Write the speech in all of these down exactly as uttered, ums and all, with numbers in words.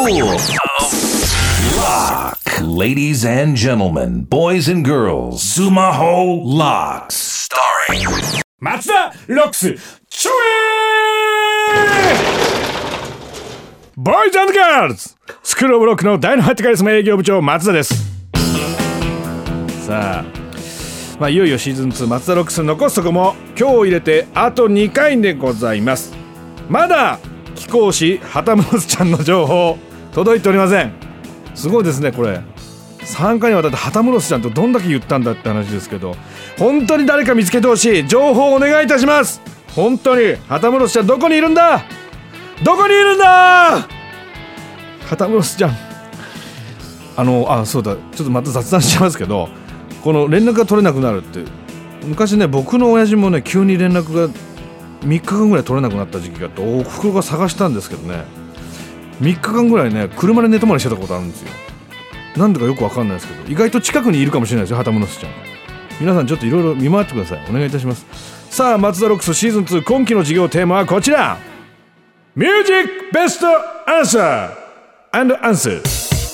Lock. Ladies and gentlemen, boys and girls, Sumaho Locks. Starring 松田ロックスちょえボーイズ&ガールズスクールオブロックのダイナマイトカリスマ営業部長松田です。さあ、まあ、いよいよシーズンツー松田ロックス残すとこも今日入れてあとにかいでございます。まだ貴公子ハタムロスちゃんの情報届いておりません。すごいですねこれ。さんかいにわたってハタムロスちゃんとどんだけ言ったんだって話ですけど、本当に誰か見つけてほしい。情報お願いいたします。本当にハタムロスちゃんどこにいるんだ、どこにいるんだハタムロスちゃん。あのあそうだちょっとまた雑談しちゃいますけど、この連絡が取れなくなるって昔ね、僕の親父もね急に連絡がみっかかんぐらい取れなくなった時期があって、おふくろが探したんですけどね、みっかかんぐらいね車で寝泊まりしてたことあるんですよ。なんでかよくわかんないですけど、意外と近くにいるかもしれないですよハタムロスちゃん。皆さんちょっといろいろ見回ってください。お願いいたします。さあ松田ロックスシーズンツー今期の授業テーマはこちら、ミュージックベストアンサー&アンサー。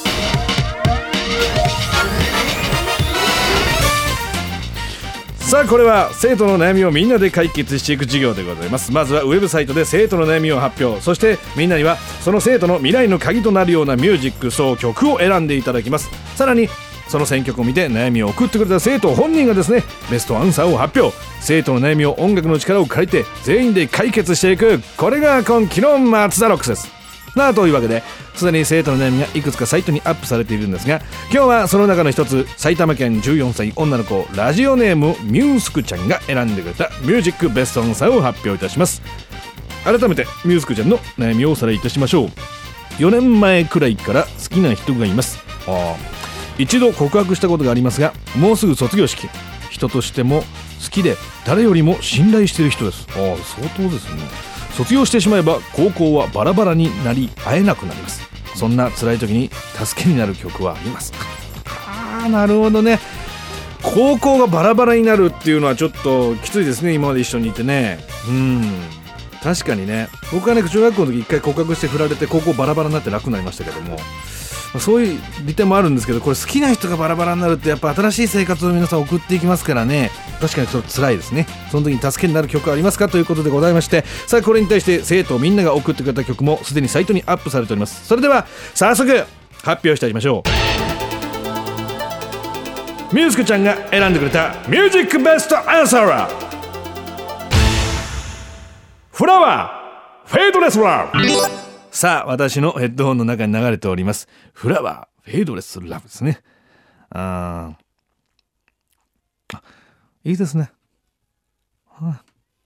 さあこれは生徒の悩みをみんなで解決していく授業でございます。まずはウェブサイトで生徒の悩みを発表、そしてみんなにはその生徒の未来の鍵となるようなミュージック、そう曲を選んでいただきます。さらにその選曲を見て悩みを送ってくれた生徒本人がですねベストアンサーを発表。生徒の悩みを音楽の力を借りて全員で解決していく、これが今期の松田ロックスです。なあというわけですでに生徒の悩みがいくつかサイトにアップされているんですが、今日はその中の一つ、埼玉県じゅうよんさい女の子ラジオネームミュースクちゃんが選んでくれたミュージックベストアンサーを発表いたします。改めてミュースクちゃんの悩みをおさらいいたしましょう。よねんまえくらいから好きな人がいます。あ一度告白したことがありますが、もうすぐ卒業式。人としても好きで誰よりも信頼している人です。ああ相当ですね。卒業してしまえば高校はバラバラになり会えなくなります。そんな辛い時に助けになる曲はあります。ああなるほどね。高校がバラバラになるっていうのはちょっときついですね。今まで一緒にいてね。うん確かにね。僕はね中学校の時一回告白して振られて高校バラバラになって楽になりましたけども、そういう利点もあるんですけど、これ好きな人がバラバラになるってやっぱ新しい生活を皆さん送っていきますからね。確かにそれ辛いですね。その時に助けになる曲ありますかということでございまして、さあこれに対して生徒みんなが送ってくれた曲もすでにサイトにアップされております。それでは早速発表していきましょう。ミュースクちゃんが選んでくれたミュージックベストアンサーはフラワーフェードレスラブ。さあ私のヘッドホンの中に流れておりますフラワーフェードレスラブですね。ああいいですね。は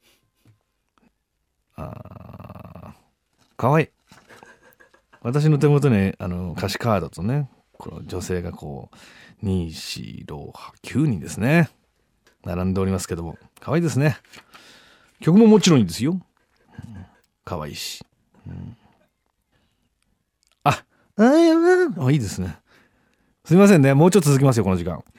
ああかわいい。私の手元にあの歌詞カードとね、この女性がこうに、し、ろ、は、きゅうにんですね並んでおりますけども、かわいいですね。曲ももちろんいいですよ。かわいいし、うんあ、あ、いいですね。すみませんね。もうちょっと続きますよ、この時間。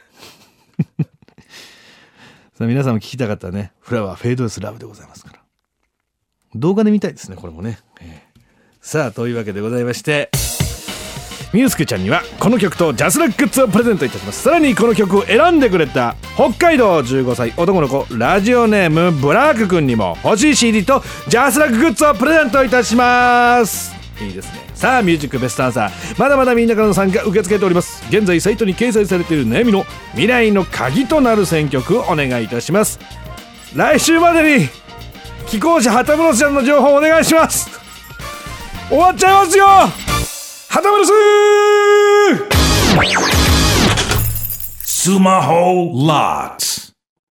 さあ皆さんも聞きたかったらね、フラワーフェードレスラブでございますから。動画で見たいですね、これもね。えー、さあ、というわけでございまして、ミュースケちゃんにはこの曲とジャスラックグッズをプレゼントいたします。さらにこの曲を選んでくれた北海道じゅうごさい男の子ラジオネームブラックくんにも欲しい シーディー とジャスラックグッズをプレゼントいたします。いいですね。さあミュージックベストアンサー、まだまだみんなからの参加受け付けております。現在サイトに掲載されている悩みの未来の鍵となる選曲をお願いいたします。来週までに貴公子ハタムロスちゃんの情報お願いします。終わっちゃいますよハタムロス。 Sumaho Locks.